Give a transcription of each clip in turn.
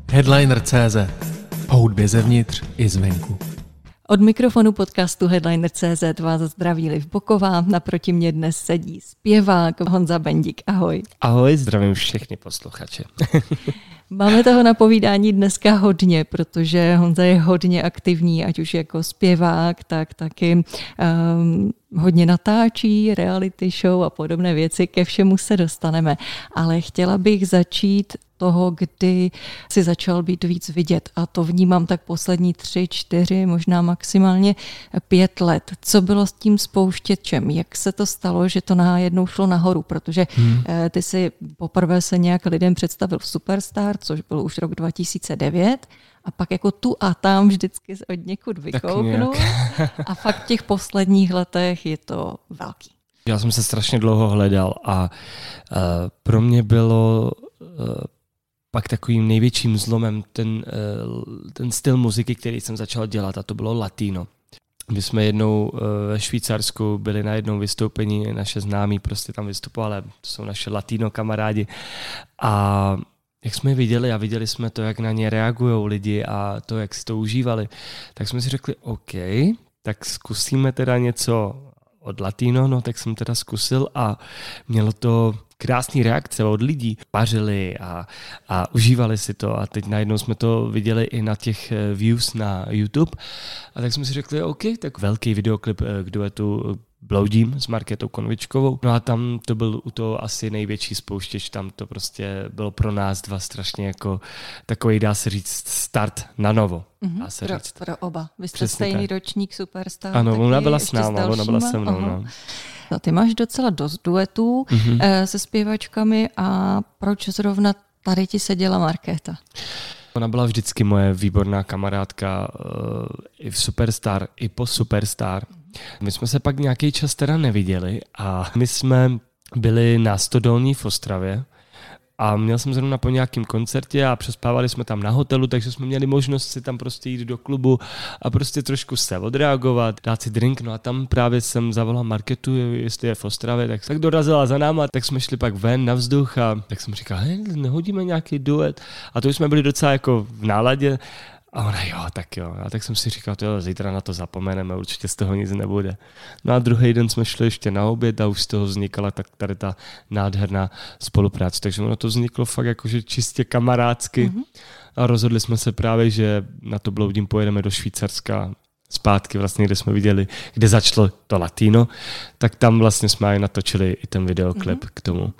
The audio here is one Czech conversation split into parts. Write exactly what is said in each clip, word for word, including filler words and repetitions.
Headliner tečka cé zet. O hudbě zevnitř i zvenku. Od mikrofonu podcastu Headliner tečka cé zet vás zdraví Liv Boková, naproti mě dnes sedí zpěvák Honza Bendik. Ahoj. Ahoj, zdravím všechny posluchače. Máme toho na povídání dneska hodně, protože Honza je hodně aktivní, ať už jako zpěvák, tak taky um, hodně natáčí, reality show a podobné věci, ke všemu se dostaneme. Ale chtěla bych začít toho, kdy si začal být víc vidět, a to vnímám tak poslední tři, čtyři, možná maximálně pět let. Co bylo s tím spouštěčem? Jak se to stalo, že to najednou šlo nahoru? Protože hmm. ty si poprvé se nějak lidem představil v Superstar, což byl už rok dva tisíce devět, a pak jako tu a tam vždycky od někud vykouknul a fakt v těch posledních letech je to velký. Já jsem se strašně dlouho hledal a uh, pro mě bylo uh, pak takovým největším zlomem ten, ten styl muziky, který jsem začal dělat, a to bylo latino. My jsme jednou ve Švýcarsku byli na jednom vystoupení, naše známí prostě tam vystupovali, to jsou naše latino kamarádi, a jak jsme je viděli a viděli jsme to, jak na ně reagují lidi a to, jak si to užívali, tak jsme si řekli, OK, tak zkusíme teda něco od latino, no tak jsem teda zkusil a mělo to krásný reakce od lidí. Pařili a, a užívali si to, a teď najednou jsme to viděli i na těch views na YouTube, a tak jsme si řekli, OK, tak velký videoklip k duetu Bloudím s Markétou Konvičkovou. No a tam to byl u toho asi největší spouštěč, tam to prostě bylo pro nás dva strašně jako takový, dá se říct, start na novo. Mm-hmm, dá se pro, říct. pro oba. Vy jste Přesně stejný tak. ročník Superstar. Ano, taky, ona byla s náma, ona byla se mnou. No. No, ty máš docela dost duetů mm-hmm. se zpěvačkami, a proč zrovna tady ti seděla Markéta? Ona byla vždycky moje výborná kamarádka uh, i v Superstar, i po Superstar. My jsme se pak nějaký čas teda neviděli a my jsme byli na Stodolní v Ostravě a měl jsem zrovna po nějakém koncertě a přespávali jsme tam na hotelu, takže jsme měli možnost si tam prostě jít do klubu a prostě trošku se odreagovat, dát si drink, no a tam právě jsem zavolal Marketu, jestli je v Ostravě, tak, tak dorazila za náma, tak jsme šli pak ven na vzduch a tak jsem říkal, hej, nehodíme nějaký duet, a to už jsme byli docela jako v náladě. A ona, jo, tak jo. A tak jsem si říkal, jo, zítra na to zapomeneme, určitě z toho nic nebude. No a druhý den jsme šli ještě na oběd a už z toho vznikala tak tady ta nádherná spolupráce. Takže ono to vzniklo fakt jakože čistě kamarádsky. Mm-hmm. A rozhodli jsme se právě, že na to Bloudím pojedeme do Švýcarska zpátky, vlastně, kde jsme viděli, kde začalo to latino, tak tam vlastně jsme natočili i ten videoklip mm-hmm. k tomu.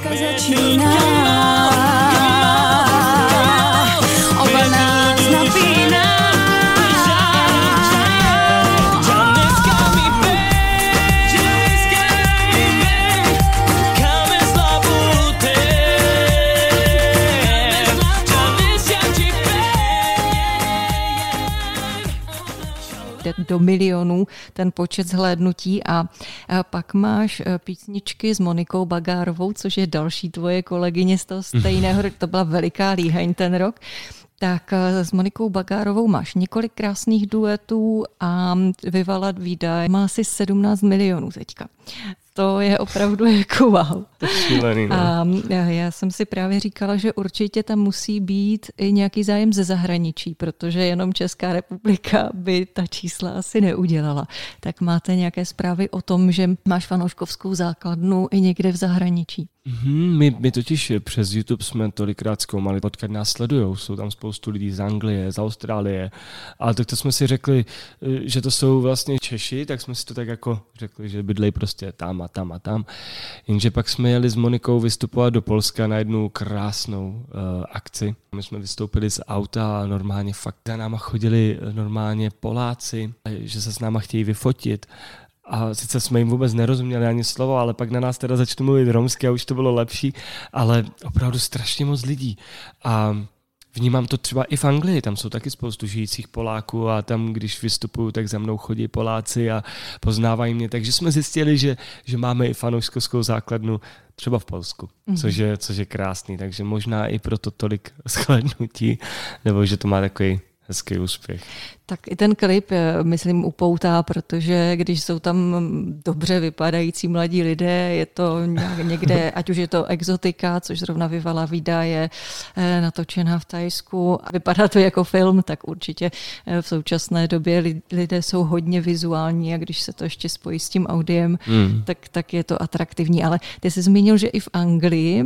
Do milionů ten počet zhlédnutí, a pak máš písničky s Monikou Bagárovou, což je další tvoje kolegyně z toho stejného, to byla veliká líheň ten rok. Tak s Monikou Bagárovou máš několik krásných duetů a vyvalat výdaj má asi sedmnáct milionů teďka. To je opravdu jako wow. To je šílený, no. A já jsem si právě říkala, že určitě tam musí být i nějaký zájem ze zahraničí, protože jenom Česká republika by ta čísla asi neudělala. Tak máte nějaké zprávy o tom, že máš fanouškovskou základnu i někde v zahraničí? Mm, my, my totiž přes YouTube jsme tolikrát zkoumali, odkud nás sledujou. Jsou tam spoustu lidí z Anglie, z Austrálie. A tak to jsme si řekli, že to jsou vlastně Češi, tak jsme si to tak jako řekli, že bydlej prostě tam a tam a tam. Jenže pak jsme jeli s Monikou vystupovat do Polska na jednu krásnou uh, akci. My jsme vystoupili z auta a normálně fakt za náma chodili normálně Poláci, že se s náma chtějí vyfotit. A sice jsme jim vůbec nerozuměli ani slovo, ale pak na nás teda začali mluvit romsky a už to bylo lepší, ale opravdu strašně moc lidí. A vnímám to třeba i v Anglii, tam jsou taky spoustu žijících Poláků a tam, když vystupuju, tak za mnou chodí Poláci a poznávají mě. Takže jsme zjistili, že, že máme i fanouškovskou základnu třeba v Polsku, mm-hmm. což je, což je krásný. Takže možná i proto tolik shlédnutí, nebo že to má takový hezký úspěch. Tak i ten klip, myslím, upoutá, protože když jsou tam dobře vypadající mladí lidé, je to někde, ať už je to exotika, což zrovna Viva la Vida je natočená v Thajsku a vypadá to jako film, tak určitě v současné době lidé jsou hodně vizuální a když se to ještě spojí s tím audiem, hmm. tak, tak je to atraktivní. Ale ty jsi zmínil, že i v Anglii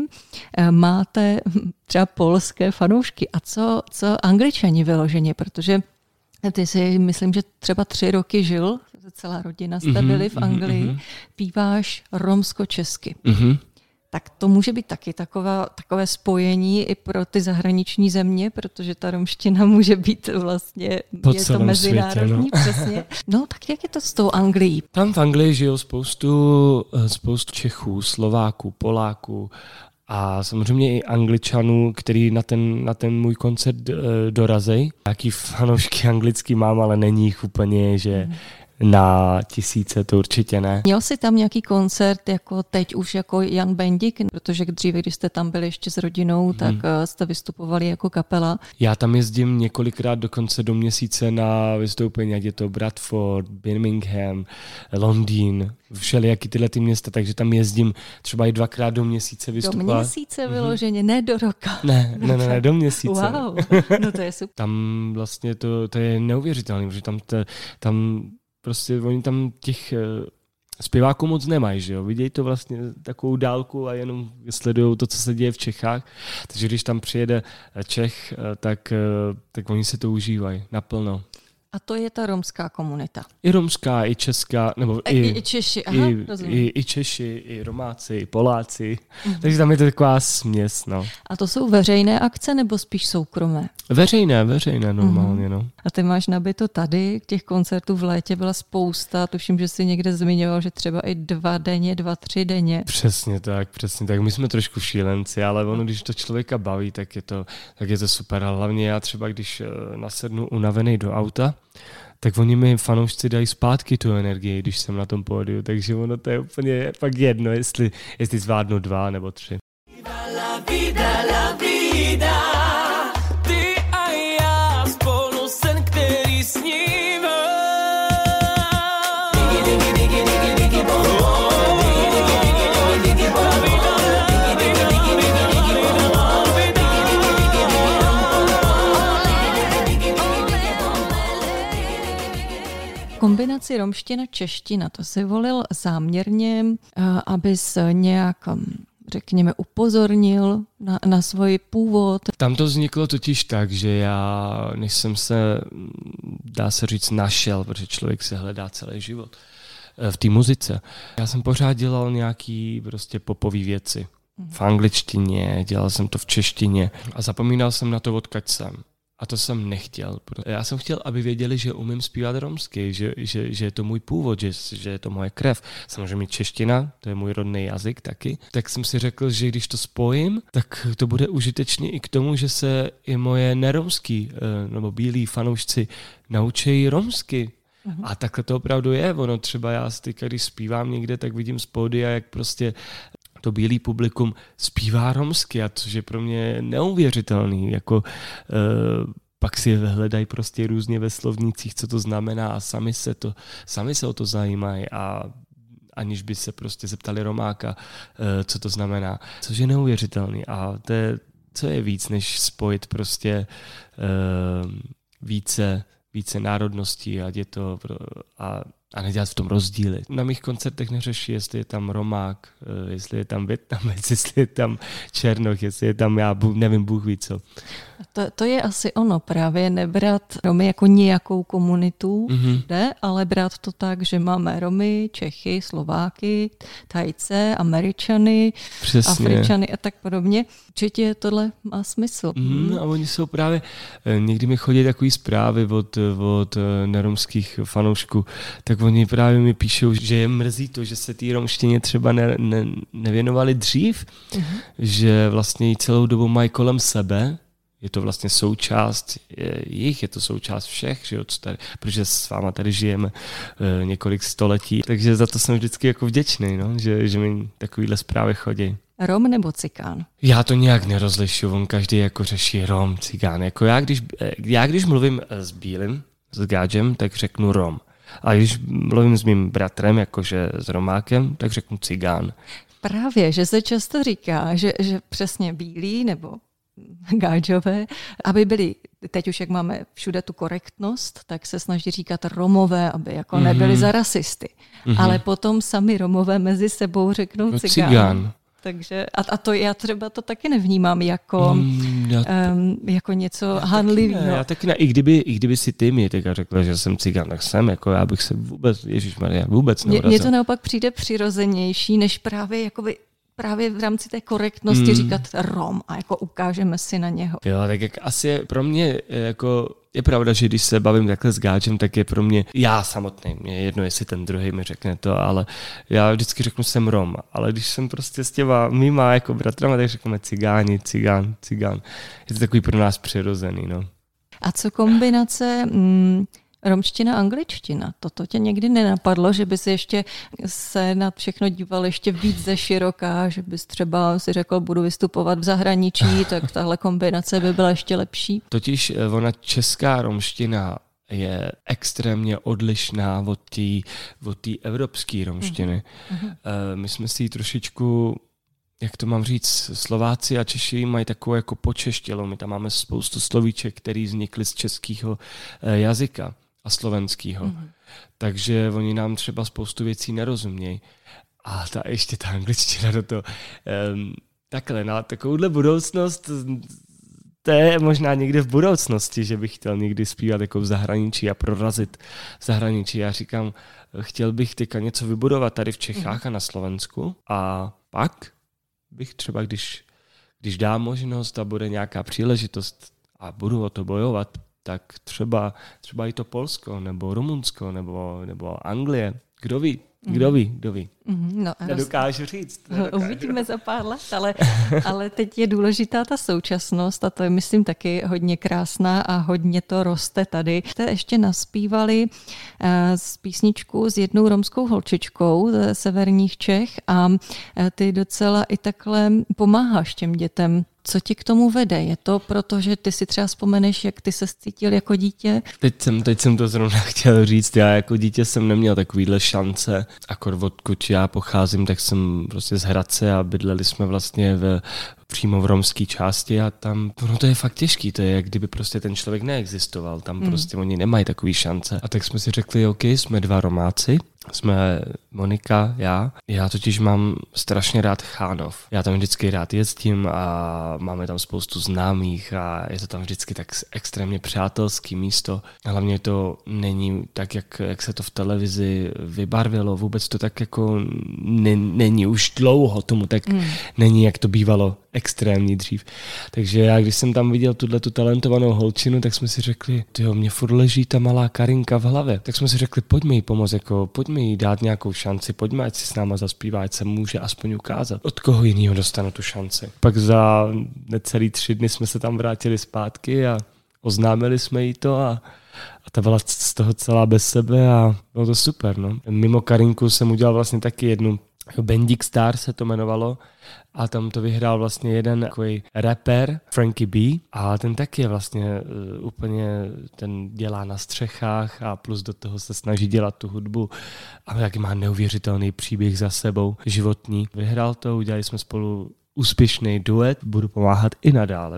máte třeba polské fanoušky. A co, co Angličani vyloženě, protože ty si, myslím, že třeba tři roky žil, celá rodina jste mm-hmm, byli v Anglii, mm-hmm. píváš romsko-česky. Mm-hmm. Tak to může být taky taková, takové spojení i pro ty zahraniční země, protože ta romština může být vlastně, po je to mezinárodní, světě, no. Přesně. No tak jak je to s tou Anglií? Tam v Anglii žijou spoustu, spoustu Čechů, Slováků, Poláků, a samozřejmě i Angličanů, který na ten, na ten můj koncert e, dorazej. Jaký fanoušky anglický mám, ale není jich úplně, že na tisíce to určitě ne. Měl jsi tam nějaký koncert jako teď už jako Jan Bendik, protože dříve, když jste tam byli ještě s rodinou, hmm. tak jste vystupovali jako kapela. Já tam jezdím několikrát dokonce do měsíce na vystoupení, ať je to Bradford, Birmingham, Londýn, všelijaký tyhle ty města, takže tam jezdím třeba i dvakrát do měsíce vystupovat. Do měsíce vyloženě, mm-hmm. ne do roka. Ne, ne, ne, ne, do měsíce. Wow, no to je super. Tam vlastně to, to je neuvěřitelné, protože tam, te, tam prostě oni tam těch zpěváků moc nemají, že jo. Vidějí to vlastně takovou dálku a jenom sledují to, co se děje v Čechách. Takže když tam přijede Čech, tak, tak oni se to užívají naplno. A to je ta romská komunita. I romská, i česká, nebo i, i, i Češi, aha, i, i, i Češi, i Romáci, i Poláci. Mm-hmm. Takže tam je to taková směs, no. A to jsou veřejné akce, nebo spíš soukromé? Veřejné, veřejné normálně, mm-hmm. no. A ty máš nabito tady, těch koncertů v létě byla spousta, tuším, že jsi někde zmiňoval, že třeba i dva denně, dva, tři denně. Přesně tak, přesně tak. My jsme trošku šílenci, ale ono, když to člověka baví, tak je to, tak je to super. A hlavně já třeba, když nasednu unavený do auta, tak oni mi fanoušci dají zpátky tu energii, když jsem na tom pódiu, takže ono to je úplně pak jedno, jestli, jestli zvládnu dva nebo tři. Ty a já spolu sen, který sníme. Kombinaci romština, čeština, to si volil záměrně, abys nějak, řekněme, upozornil na, na svůj původ. Tam to vzniklo totiž tak, že já, než jsem se, dá se říct, našel, protože člověk se hledá celý život v té muzice. Já jsem pořád dělal nějaký prostě popový věci. V angličtině, dělal jsem to v češtině a zapomínal jsem na to, odkud jsem. A to jsem nechtěl. Já jsem chtěl, aby věděli, že umím zpívat romsky, že, že, že je to můj původ, že, že je to moje krev. Samozřejmě čeština, to je můj rodný jazyk taky. Tak jsem si řekl, že když to spojím, tak to bude užitečné i k tomu, že se i moje neromský nebo bílí fanoušci naučí romsky. Uhum. A takhle to opravdu je. Ono třeba já teďka, když zpívám někde, tak vidím z pódia, jak prostě to bílý publikum zpívá romsky, a což je pro mě neuvěřitelný. Jako, uh, pak si hledají prostě různě ve slovnících, co to znamená a sami se, to, sami se o to zajímají a aniž by se prostě zeptali Romáka, uh, co to znamená. Což je neuvěřitelný a to je, co je víc, než spojit prostě uh, více, více národností, ať je to a a nedělat v tom rozdíly. Na mých koncertech neřeší, jestli je tam Romák, jestli je tam Vietnamec, jestli je tam Černoch, jestli je tam já, nevím, Bůh ví co. To, to je asi ono, právě nebrat Romy jako nějakou komunitu, mm-hmm. ne, ale brát to tak, že máme Romy, Čechy, Slováky, Thajce, Američany, Přesně. Afričany a tak podobně. Určitě tohle má smysl. Mm, a oni jsou právě, někdy mi chodí takový zprávy od, od neromských fanoušků, tak oni právě mi píšou, že je mrzí to, že se té romštině třeba ne, ne, nevěnovali dřív, mm-hmm. že vlastně ji celou dobu mají kolem sebe. Je to vlastně součást jich, je to součást všech, že jo, tady, protože s váma tady žijeme e, několik století. Takže za to jsem vždycky jako vděčný, no, že, že mi takovýhle zprávy chodí. Rom nebo cikán? Já to nějak nerozlišuju, on každý jako řeší Rom, cigán. Jako já, když, já když mluvím s bílým, s gáčem, tak řeknu Rom. A když mluvím s mým bratrem, jakože s Romákem, tak řeknu cigán. Právě, že se často říká, že, že přesně bílí nebo gáčové, aby byli, teď už jak máme všude tu korektnost, tak se snaží říkat Romové, aby jako mm-hmm. nebyli za rasisty. Mm-hmm. Ale potom sami Romové mezi sebou řeknou no, cigán. cigán. Takže, a, a to já třeba to taky nevnímám jako, mm, to, um, jako něco hanlivého. Já taky ne, i kdyby, i kdyby si ty mi teďka řekla, že jsem cigán, tak jsem, jako já bych se vůbec, ježišmarja, vůbec neurazil. Mně to naopak přijde přirozenější, než právě jakoby právě v rámci té korektnosti mm. říkat Rom a jako ukážeme si na něho. Jo, tak jak asi je pro mě jako je pravda, že když se bavím takhle s gáčem, tak je pro mě, já samotný, mě je jedno, jestli ten druhý mi řekne to, ale já vždycky řeknu jsem Rom, ale když jsem prostě s těma mýma jako bratrama, tak řekneme cigáni, cigán, cigán. Je to takový pro nás přirozený, no. A co kombinace mm, romština, angličtina? Toto tě někdy nenapadlo, že bys ještě se na všechno díval ještě víc ze široká, že bys třeba si řekl, budu vystupovat v zahraničí, tak tahle kombinace by byla ještě lepší? Totiž ona česká romština je extrémně odlišná od té od té evropské romštiny. Mm-hmm. My jsme si ji trošičku, jak to mám říct, Slováci a Češi mají takovou jako počeštělou. My tam máme spoustu slovíček, který vznikly z českého jazyka a slovenského. Mm-hmm. Takže oni nám třeba spoustu věcí nerozumějí. A ta ještě ta angličtina do toho. Um, takhle, na takovouhle budoucnost, to je možná někde v budoucnosti, že bych chtěl někdy zpívat jako v zahraničí a prorazit v zahraničí. Já říkám, chtěl bych teďka něco vybudovat tady v Čechách mm-hmm. a na Slovensku a pak bych třeba, když, když dám možnost a bude nějaká příležitost a budu o to bojovat, tak třeba, třeba i to Polsko, nebo Rumunsko, nebo, nebo Anglie. Kdo ví? Kdo ví? Kdo ví? No, nedokážu říct. Nedokážu. Uvidíme za pár let, ale, ale teď je důležitá ta současnost a to je, myslím, taky hodně krásná a hodně to roste tady. Jste ještě naspívali uh, z písničku s jednou romskou holčičkou ze severních Čech a uh, ty docela i takhle pomáháš těm dětem. Co ti k tomu vede? Je to proto, že ty si třeba vzpomeneš, jak ty se cítil jako dítě? Teď jsem, teď jsem to zrovna chtěl říct. Já jako dítě jsem neměl takovýhle šance. Akor odkud já pocházím, tak jsem prostě z Hradce a bydleli jsme vlastně v, přímo v romské části a tam, no to je fakt těžký, to je jak kdyby prostě ten člověk neexistoval. Tam mm. prostě oni nemají takový šance. A tak jsme si řekli, OK, jsme dva Romáci, jsme Monika, já. Já totiž mám strašně rád Chánov. Já tam vždycky rád jezdím a máme tam spoustu známých a je to tam vždycky tak extrémně přátelský místo. Hlavně to není tak, jak, jak se to v televizi vybarvilo. Vůbec to tak jako ne, není už dlouho tomu, tak mm. není, jak to bývalo extrémní dřív. Takže já, když jsem tam viděl tuto talentovanou holčinu, tak jsme si řekli, tyjo, mě furt leží ta malá Karinka v hlavě. Tak jsme si řekli, pojďme jí pomoct, jako, pojďme jí dát nějakou šanci, pojďme, ať si s náma zaspívá, ať se může aspoň ukázat. Od koho jiného dostanu tu šanci? Pak za necelý tři dny jsme se tam vrátili zpátky a oznámili jsme jí to a, a ta byla z toho celá bez sebe a bylo to super. No. Mimo Karinku jsem udělal vlastně taky jednu Bendik Star se to jmenovalo a tam to vyhrál vlastně jeden takový rapper, Frankie B. A ten taky je vlastně uh, úplně, ten dělá na střechách a plus do toho se snaží dělat tu hudbu a taky má neuvěřitelný příběh za sebou, životní. Vyhrál to, udělali jsme spolu úspěšný duet, budu pomáhat i nadále.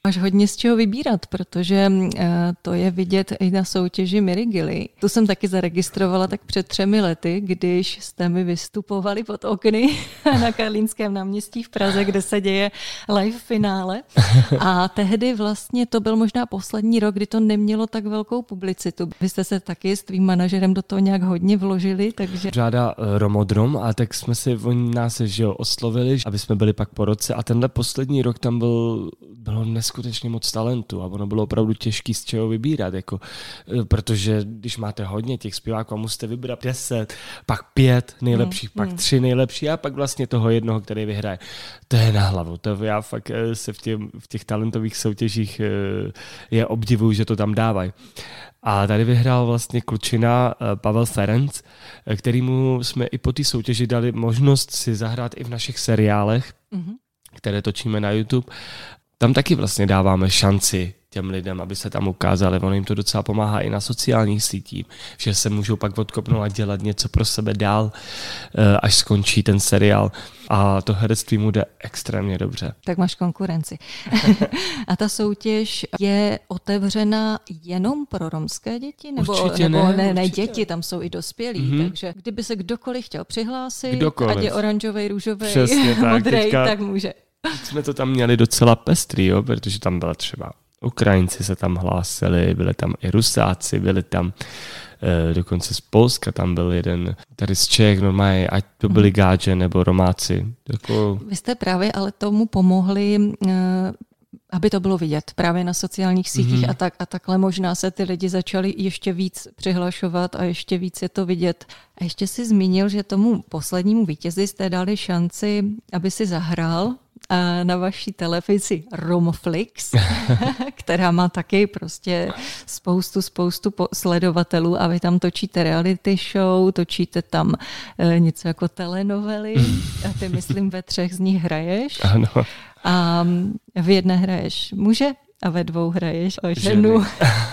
Máš hodně z čeho vybírat, protože to je vidět i na soutěži Mirigily. Tu jsem taky zaregistrovala tak před třemi lety, když jste mi vystupovali pod okny na Karlínském náměstí v Praze, kde se děje live finále. A tehdy vlastně to byl možná poslední rok, kdy to nemělo tak velkou publicitu. Vy jste se taky s tvým manažerem do toho nějak hodně vložili, takže... Řáda Romodrom a tak jsme si, oni nás že jo, oslovili, aby jsme byli pak po roce a tenhle poslední rok tam byl, bylo neskutečně moc talentu a ono bylo opravdu těžký z čeho vybírat, jako, protože když máte hodně těch zpěváků a musíte vybrat deset, pak pět nejlepších, hmm, pak hmm. tři nejlepší a pak vlastně toho jednoho, který vyhraje. To je na hlavu, to já fakt se v, tě, v těch talentových soutěžích je obdivuju, že to tam dávají. A tady vyhrál vlastně klučina Pavel Ferenc, kterýmu jsme i po té soutěži dali možnost si zahrát i v našich seriálech, mm-hmm. které točíme na YouTube. Tam taky vlastně dáváme šanci těm lidem, aby se tam ukázali. Ono jim to docela pomáhá i na sociálních sítích, že se můžou pak odkopnout a dělat něco pro sebe dál, až skončí ten seriál. A to herectví mu jde extrémně dobře. Tak máš konkurenci. A ta soutěž je otevřena jenom pro romské děti? Nebo, určitě nebo ne, ne, ne určitě. Děti, tam jsou i dospělí. Mm-hmm. Takže kdyby se kdokoliv chtěl přihlásit, kdokoliv. ať je oranžovej, růžovej, modrej, teďka... tak může. Jsme to tam měli docela pestrý, jo, protože tam byla třeba Ukrajinci se tam hlásili, byli tam i Rusáci, byli tam e, dokonce z Polska, tam byl jeden tady z Čech, normálně, ať to byli Gáče nebo Romáci. Jako... Vy jste právě ale tomu pomohli, e, aby to bylo vidět právě na sociálních sítích mm-hmm. a, tak, a takhle možná se ty lidi začali ještě víc přihlašovat a ještě víc je to vidět. A ještě si zmínil, že tomu poslednímu vítězi jste dali šanci, aby si zahrál na vaší televizi Romflix, která má taky prostě spoustu, spoustu sledovatelů a vy tam točíte reality show, točíte tam e, něco jako telenovely a ty myslím ve třech z nich hraješ. Ano. A v jedné hraješ muže a ve dvou hraješ o ženu.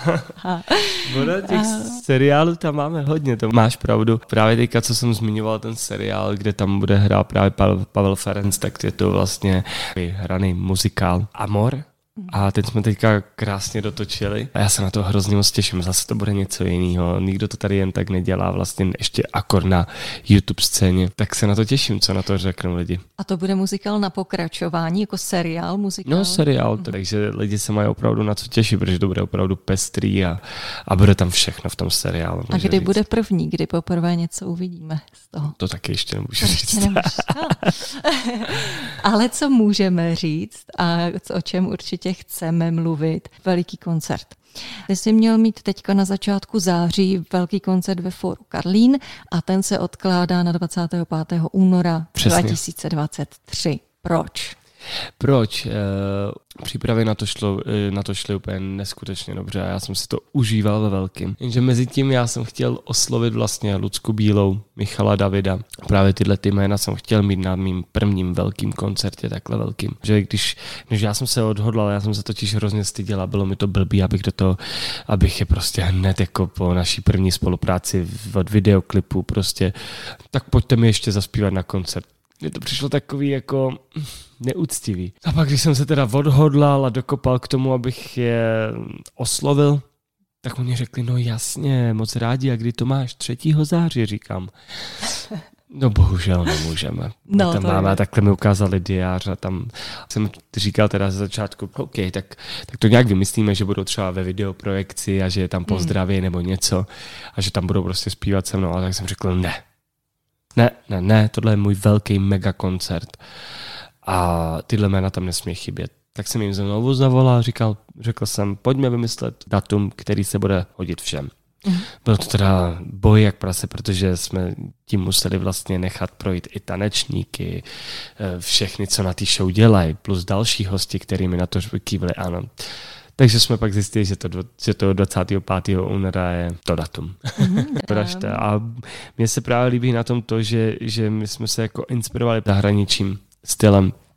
Ono těch a... seriálů tam máme hodně, to máš pravdu. Právě teďka, co jsem zmiňoval, ten seriál, kde tam bude hrát právě Pavel, Pavel Ferenc, tak je to vlastně hraný muzikál Amor. A teď jsme teďka krásně dotočili a já se na to hrozně moc těším, zase to bude něco jiného, nikdo to tady jen tak nedělá, vlastně ještě akor na YouTube scéně, tak se na to těším, co na to řeknou lidi. A to bude muzikál na pokračování, jako seriál muzikál? No seriál, mm. takže lidi se mají opravdu na co těšit, protože to bude opravdu pestrý a, a bude tam všechno v tom seriálu. A kdy říct. Bude první, kdy poprvé něco uvidíme z toho? To taky ještě nemůžu to říct. Ještě Ale co můžeme říct a o čem určitě chceme mluvit, veliký koncert. Ty jsi měl mít teďka na začátku září velký koncert ve Fóru Karlín a ten se odkládá na dvacátého pátého února Přesně. dva tisíce dvacet tři. Proč? Proč? E, přípravy na to, šlo, na to šly úplně neskutečně dobře a já jsem si to užíval ve velkým. Jenže mezi tím já jsem chtěl oslovit vlastně Lucku Bílou, Michala Davida. Právě tyhle ty jména jsem chtěl mít na mým prvním velkým koncertě, takhle velkým. Že když, když já jsem se odhodlal, já jsem se totiž hrozně styděl a bylo mi to blbý, abych do toho, abych je prostě hned jako po naší první spolupráci od videoklipu prostě, tak pojďte mi ještě zaspívat na koncert. Mně to přišlo takový jako neúctivý. A pak, když jsem se teda odhodlal a dokopal k tomu, abych je oslovil, tak oni řekli, no jasně, moc rádi, a kdy to máš? třetího září, říkám. No bohužel nemůžeme. No, tam máme, a takhle mi ukázali diář a tam jsem říkal teda ze začátku, OK, tak, tak to nějak vymyslíme, že budou třeba ve videoprojekci a že je tam pozdraví hmm. nebo něco a že tam budou prostě zpívat se mnou. A tak jsem řekl, ne. Ne, ne, ne, tohle je můj velký mega koncert a tyhle jména tam nesmí chybět. Tak jsem jim znovu zavolal a říkal, řekl jsem, pojďme vymyslet datum, který se bude hodit všem. Mm. Byl to teda boj jak prase, protože jsme tím museli vlastně nechat projít i tanečníky, všechny, co na té show dělají, plus další hosti, kterými na to kývli, ano. Takže jsme pak zjistili, že to, že to dvacátého pátého února je to datum. Mm-hmm. A mně se právě líbí na tom to, že, že my jsme se jako inspirovali zahraničím stylem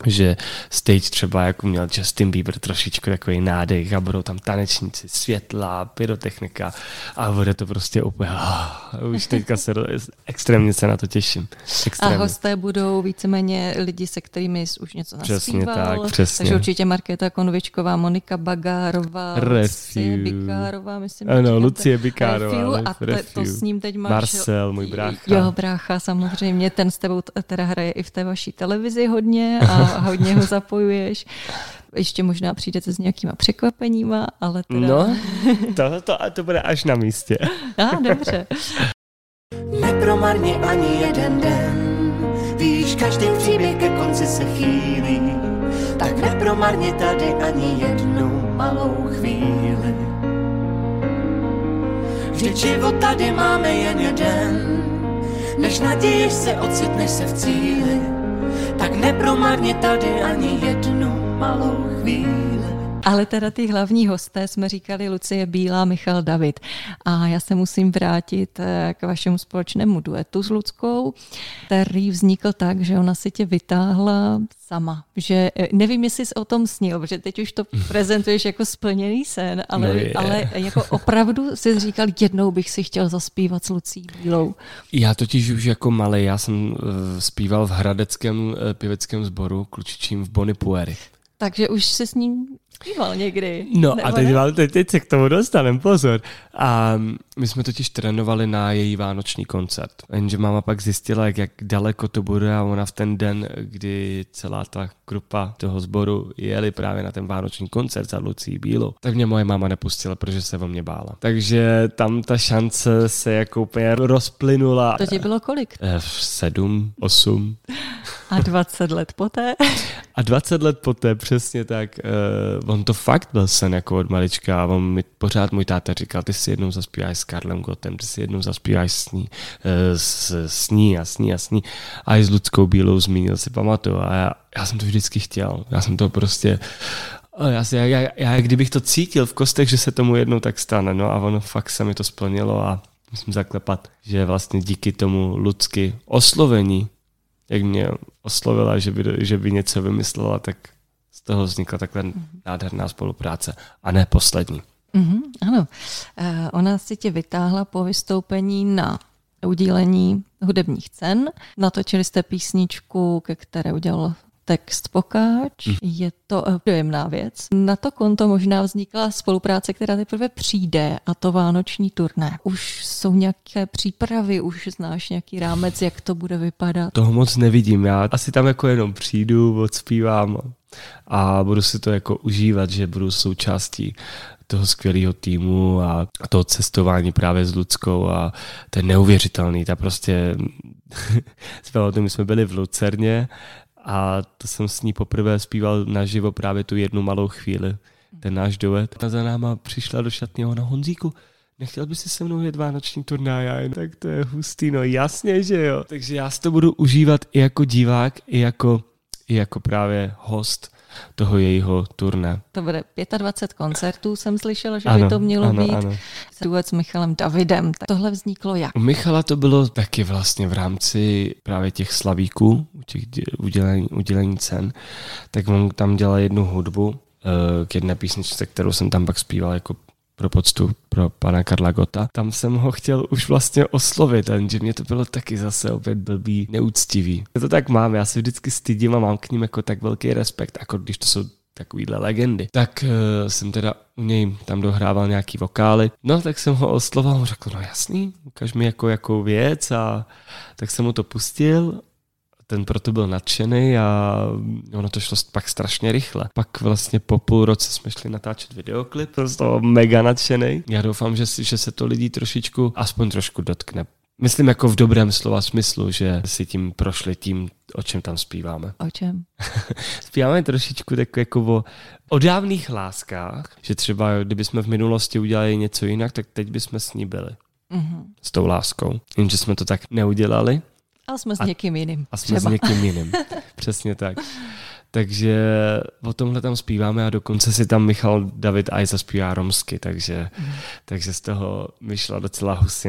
že stage třeba jako měl Justin Bieber trošičku takový nádech a budou tam tanečníci, světla, pyrotechnika a bude to prostě úplně, oh, už teďka se extrémně se na to těším. Extrémně. A hosté budou víceméně lidi, se kterými jsi už něco naspíval. Přesně tak, přesně. Takže určitě Markéta Konvičková, Monika Bagárová, Lucie Bikárová, myslím. Ano, Lucie Bikárová. A to, to s ním teď máš... Marcel, můj brácha. Jo, brácha, samozřejmě. Ten s tebou teda hraje i v té vaší televizi hodně a hodně ho zapojuješ. Ještě možná přijdete s nějakýma překvapeníma, ale teda... No, to, to, to bude až na místě. A, dobře. Nepromarni ani jeden den, víš, každý příběh ke konci se chýlí, tak nepromarni tady ani jednu malou chvíli. Vždyť život tady máme jen jeden, než naděješ se, ocitneš se v cíli, tak nepromarni tady ani jednu malou chvíli. Ale teda ty hlavní hosté jsme říkali Lucie Bílá, Michal David. A já se musím vrátit k vašemu společnému duetu s Luckou, který vznikl tak, že ona si tě vytáhla sama. Že nevím, jestli jsi o tom snil, protože teď už to prezentuješ jako splněný sen, ale, no ale jako opravdu jsi říkal, jednou bych si chtěl zaspívat s Lucí Bílou. Já totiž už jako malej, já jsem zpíval v hradeckém pěveckém sboru klučičím v Bonipueri. Takže už se s ním zpíval někdy. No a teď, teď, teď se k tomu dostaneme, pozor. A my jsme totiž trénovali na její vánoční koncert. Jenže máma pak zjistila, jak, jak daleko to bude a ona v ten den, kdy celá ta grupa toho sboru jeli právě na ten vánoční koncert za Lucí Bílou, tak mě moje máma nepustila, protože se o mě bála. Takže tam ta šance se jako úplně rozplynula. To ti bylo kolik? Sedm, osm. A dvacet let poté? A dvacet let poté, přesně tak, uh, on to fakt byl sen jako od malička a on mi pořád můj táta říkal, ty si jednou zaspíváš s Karlem Gottem, ty si jednou zaspíváš s ní, uh, s, s ní a s ní a s ní. A i s Luckou Bílou zmínil, si pamatuju. A já, já jsem to vždycky chtěl. Já jsem to prostě... Já, si, já, já, já kdybych to cítil v kostech, že se tomu jednou tak stane. No a ono fakt se mi to splnilo a musím zaklepat, že vlastně díky tomu Lucky oslovení, jak mě oslovila, že by, že by něco vymyslela, tak z toho vznikla takhle mm-hmm. nádherná spolupráce. A ne poslední. Mm-hmm, ano. Uh, ona si tě vytáhla po vystoupení na udílení hudebních cen. Natočili jste písničku, ke které udělal text Pokáč. Mm. Je to dojemná věc. Na to konto možná vznikla spolupráce, která teprve přijde, a to vánoční turné. Už jsou nějaké přípravy, už znáš nějaký rámec, jak to bude vypadat? Toho moc nevidím. Já asi tam jako jenom přijdu, odspívám a budu si to jako užívat, že budu součástí toho skvělého týmu a toho cestování právě s Luckou a to je neuvěřitelný. Ta prostě my jsme byli v Lucerně a to jsem s ní poprvé zpíval naživo právě tu jednu malou chvíli, ten náš duet. Ta za náma přišla do šatny a ona, Honzíku, nechtěl by si se mnou jet vánoční turnaj? Tak to je hustý, no jasně, že jo. Takže já si to budu užívat i jako divák, i jako, i jako právě host toho jejího turné. To bude dvacet pět koncertů, jsem slyšela, že ano, by to mělo ano, být. Ano. Duet s Michalem Davidem. Tak tohle vzniklo jak? U Michala to bylo taky vlastně v rámci právě těch slavíků, těch udělení, udělení cen, tak on tam dělal jednu hudbu k jedné písničce, kterou jsem tam pak zpíval jako pro poctu pro pana Karla Gotta. Tam jsem ho chtěl už vlastně oslovit, jenže mě to bylo taky zase opět blbý, neúctivý. Já to tak mám, já se vždycky stydím a mám k ním jako tak velký respekt, jako když to jsou takovýhle legendy. Tak uh, jsem teda u něj tam dohrával nějaký vokály. No tak jsem ho oslovoval, mu řekl, no jasný, ukaž mi jako jakou věc a tak jsem mu to pustil. Ten proto byl nadšený a ono to šlo pak strašně rychle. Pak vlastně po půl roce jsme šli natáčet videoklip, byl z toho mega nadšený. Já doufám, že, si, že se to lidí trošičku, aspoň trošku dotkne. Myslím jako v dobrém slova smyslu, že si tím prošli tím, o čem tam zpíváme. O čem? Zpíváme trošičku tak jako o, o dávných láskách, že třeba kdybychom v minulosti udělali něco jinak, tak teď bychom s ní byli. Mm-hmm. S tou láskou. Jenže jsme to tak neudělali. A jsme s a, někým jiným. A jsme třeba. s někým jiným. Přesně tak. Takže o tomhle tam zpíváme a dokonce si tam Michal David aj zaspívá romsky, takže, mm. takže z toho mi šla docela husina.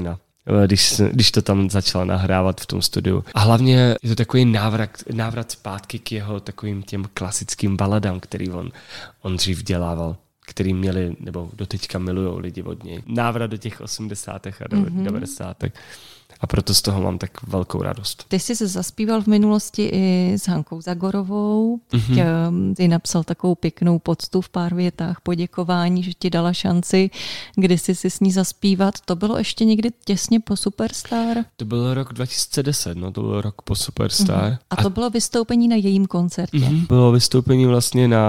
když, když to tam začala nahrávat v tom studiu. A hlavně je to takový návrat, návrat zpátky k jeho takovým těm klasickým baladám, který on, on dřív dělával, který měli, nebo doteďka milujou lidi od něj. Návrat do těch osmdesátých a mm-hmm. devadesátých. A proto z toho mám tak velkou radost. Ty jsi se zaspíval v minulosti i s Hankou Zagorovou. Mm-hmm. Ty napsal takovou pěknou poctu v pár větách, poděkování, že ti dala šanci, kdy jsi si s ní zaspívat. To bylo ještě někdy těsně po Superstar? To byl rok dva tisíce deset, no to byl rok po Superstar. Mm-hmm. A to bylo vystoupení na jejím koncertě? Mm-hmm. Bylo vystoupení vlastně na,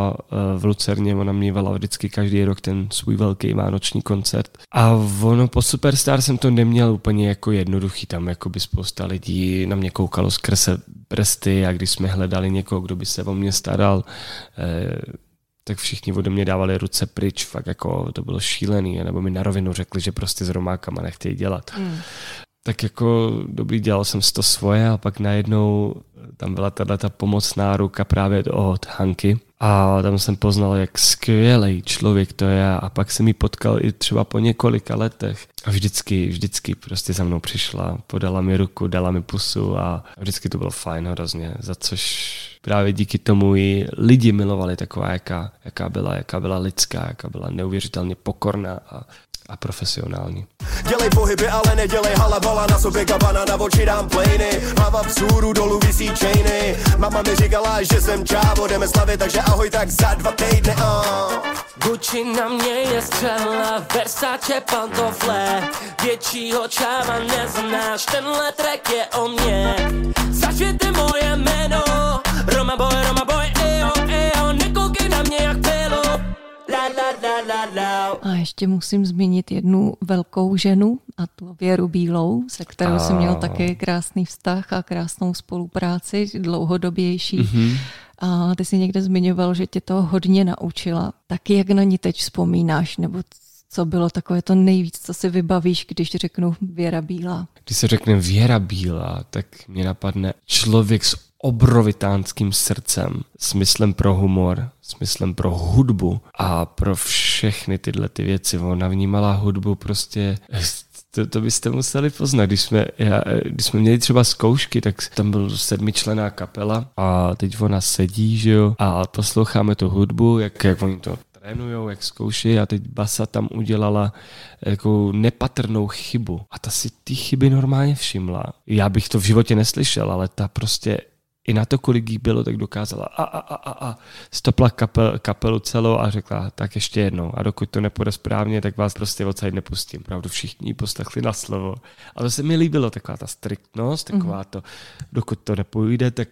v Lucerně, ona mývala vždycky každý rok ten svůj velký vánoční koncert. A ono po Superstar jsem to neměl úplně jako jednoduchý, tam jako by spousta lidí na mě koukalo skrze prsty a když jsme hledali někoho, kdo by se o mě staral, eh, tak všichni ode mě dávali ruce pryč, fakt jako to bylo šílený, nebo mi na rovinu řekli, že prostě s romákama nechtějí dělat. Mm. Tak jako dobrý, dělal jsem si to svoje a pak najednou tam byla tato pomocná ruka právě od Hanky a tam jsem poznal, jak skvělej člověk to je a pak jsem ji potkal i třeba po několika letech a vždycky, vždycky prostě za mnou přišla, podala mi ruku, dala mi pusu a vždycky to bylo fajn hrozně, za což právě díky tomu i lidi milovali taková, jaká, jaká byla, jaká byla lidská, jaká byla neuvěřitelně pokorná a a profesionální. Dělej pohyby, ale nedělej halabala, na sobě kabana, na oči dám plejny, hlava vzhůru, dolů visí chainy. Mama mi říkala, že jsem čávo, jdeme slavit, takže ahoj, tak za dva týdny. Uh. Gucci na mě je střela, Versace pantofle, většího čáva neznáš, tenhle track je o mě. Zažijte moje jméno, Roma boy, Roma boy, ejo, ejo, nekoukej na mě jak pelo. La, la, la, la, la. A ještě musím zmínit jednu velkou ženu, a tu Věru Bílou, se kterou jsem měl taky krásný vztah a krásnou spolupráci, dlouhodobější. Mm-hmm. A ty jsi někde zmiňoval, že tě to hodně naučila. Tak jak na ní teď vzpomínáš, nebo co bylo takové to nejvíc, co si vybavíš, když řeknu Věra Bílá? Když se řekne Věra Bílá, tak mě napadne člověk s obrovitánským srdcem, smyslem pro humor, smyslem pro hudbu a pro všechny tyhle ty věci. Ona vnímala hudbu prostě, to, to byste museli poznat. Když jsme, já, když jsme měli třeba zkoušky, tak tam byl sedmičlenná kapela a teď ona sedí, že jo, a posloucháme tu hudbu, jak, jak oni to trénujou, jak zkouší a teď basa tam udělala takovou nepatrnou chybu. A ta si ty chyby normálně všimla. Já bych to v životě neslyšel, ale ta prostě i na to, kolik jí bylo, tak dokázala a, a, a, a, a stopla kapel, kapelu celou a řekla, tak ještě jednou. A dokud to nepůjde správně, tak vás prostě odsaď nepustím. Pravdu všichni ji poslechli na slovo. A to se mi líbilo, taková ta striktnost, taková to, dokud to nepůjde, tak,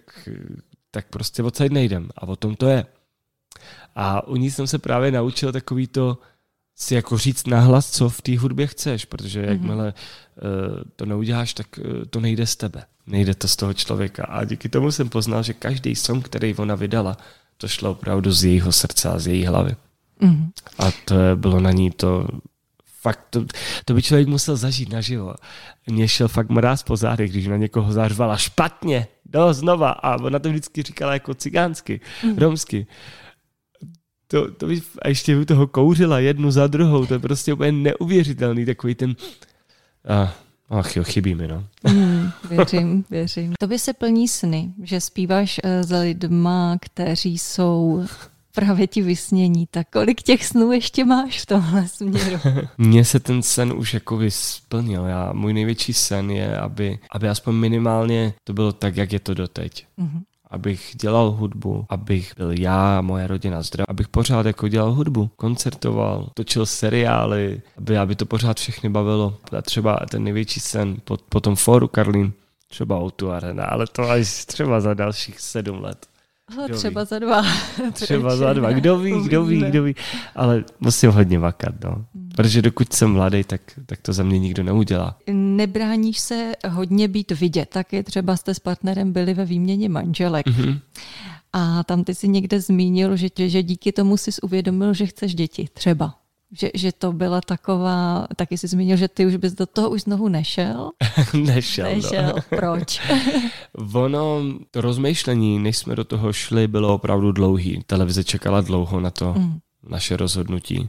tak prostě odsaď nejdem. A o tom to je. A u ní jsem se právě naučil takový to, si jako říct nahlas, co v té hudbě chceš, protože jakmile uh, to neuděláš, tak uh, to nejde z tebe. Nejde to z toho člověka. A díky tomu jsem poznal, že každý song, který ona vydala, to šlo opravdu z jejího srdce a z její hlavy. Mm. A to bylo na ní to fakt, to, to by člověk musel zažít naživo. Mně šel fakt mráz po zádech, když na někoho zařvala špatně, do znova. A ona to vždycky říkala jako cigánsky, mm. romsky. To, to by, a ještě u toho kouřila jednu za druhou, to je prostě úplně neuvěřitelný, takový ten... Ah, ach jo, chybí mi, no. Mm, věřím, věřím. To by se plní sny, že zpíváš s lidma, kteří jsou právě ti vysnění. Tak kolik těch snů ještě máš v tomhle směru? Mně se ten sen už jako splnil. Já, můj největší sen je, aby, aby aspoň minimálně to bylo tak, jak je to doteď. Mm-hmm. Abych dělal hudbu, abych byl já a moje rodina zdraví, abych pořád jako dělal hudbu, koncertoval, točil seriály, aby, aby to pořád všechny bavilo. A třeba ten největší sen po, po tom fóru Karlín, třeba O dva Arena, ale to až třeba za dalších sedm let. Kdo třeba ví? za dva. Třeba za dva, kdo ví, kdo ví, kdo ví. Ale musím hodně vakat, no. Protože dokud jsem mladý, tak, tak to za mě nikdo neudělá. Nebráníš se hodně být vidět, tak je třeba jste s partnerem byli ve výměně manželek. Mm-hmm. A tam ty si někde zmínil, že, že díky tomu jsi uvědomil, že chceš děti, třeba. Že, že to byla taková, taky jsi zmínil, že ty už bys do toho už znovu nešel. nešel, Nešel, no. Proč? Ono, to rozmýšlení, než jsme do toho šli, bylo opravdu dlouhý. Televize čekala dlouho na to mm. naše rozhodnutí.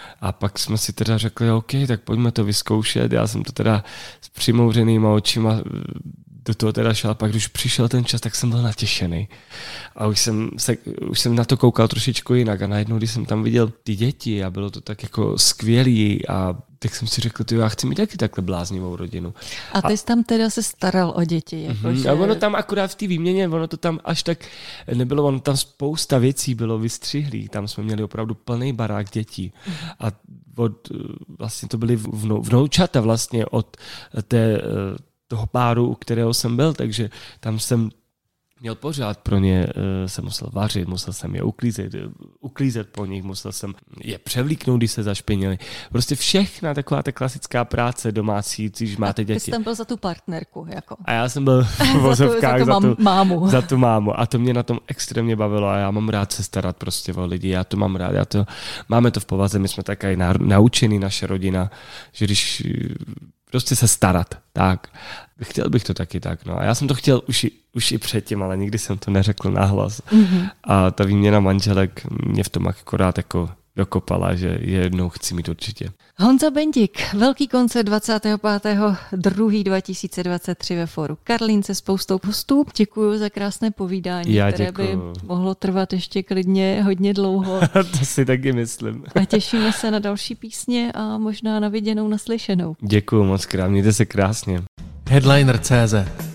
A pak jsme si teda řekli, OK, tak pojďme to vyzkoušet. Já jsem to teda s přimouřenýma očima do toho teda šel. A pak, když přišel ten čas, tak jsem byl natěšený. A už jsem, se, už jsem na to koukal trošičku jinak. A najednou, když jsem tam viděl ty děti a bylo to tak jako skvělý a tak jsem si řekl, ty, já chci mít taky takhle bláznivou rodinu. A ty jsi tam teda se staral o děti. Jako mm, že... A ono tam akorát v té výměně, ono to tam až tak nebylo, ono tam spousta věcí bylo vystřihlý. Tam jsme měli opravdu plný barák dětí. Mm. A od, vlastně to byly vnou, vnoučata vlastně od té, toho páru, u kterého jsem byl, takže tam jsem měl pořád pro ně, uh, jsem musel vařit, musel jsem je uklízet, uklízet po nich, musel jsem je převlíknout, když se zašpinili. Prostě všechna taková ta klasická práce domácí, když máte děti. A ty jsi tam byl za tu partnerku, jako. A já jsem byl v vozovkách za, tu, za, tu za, tu, mámu. za tu mámu. A to mě na tom extrémně bavilo a já mám rád se starat prostě o lidi, já to mám rád, já to, máme to v povaze, my jsme také naučení, naše rodina, že když prostě se starat, tak. Chtěl bych to taky tak, no. A já jsem to chtěl už i, už i předtím, ale nikdy jsem to neřekl nahlas. Mm-hmm. A ta výměna manželek mě v tom akorát jako dokopala, že jednou chci mít určitě. Honza Bendik, velký koncert dvacátého pátého druhého dva tisíce dvacet tři ve Fóru Karlín se spoustou hostů. Děkuju za krásné povídání, Já které děkuju. by mohlo trvat ještě klidně hodně dlouho. To si taky myslím. A těšíme se na další písně a možná na viděnou, naslyšenou. Děkuju moc krát, mějte se krásně. Headliner tečka cé zet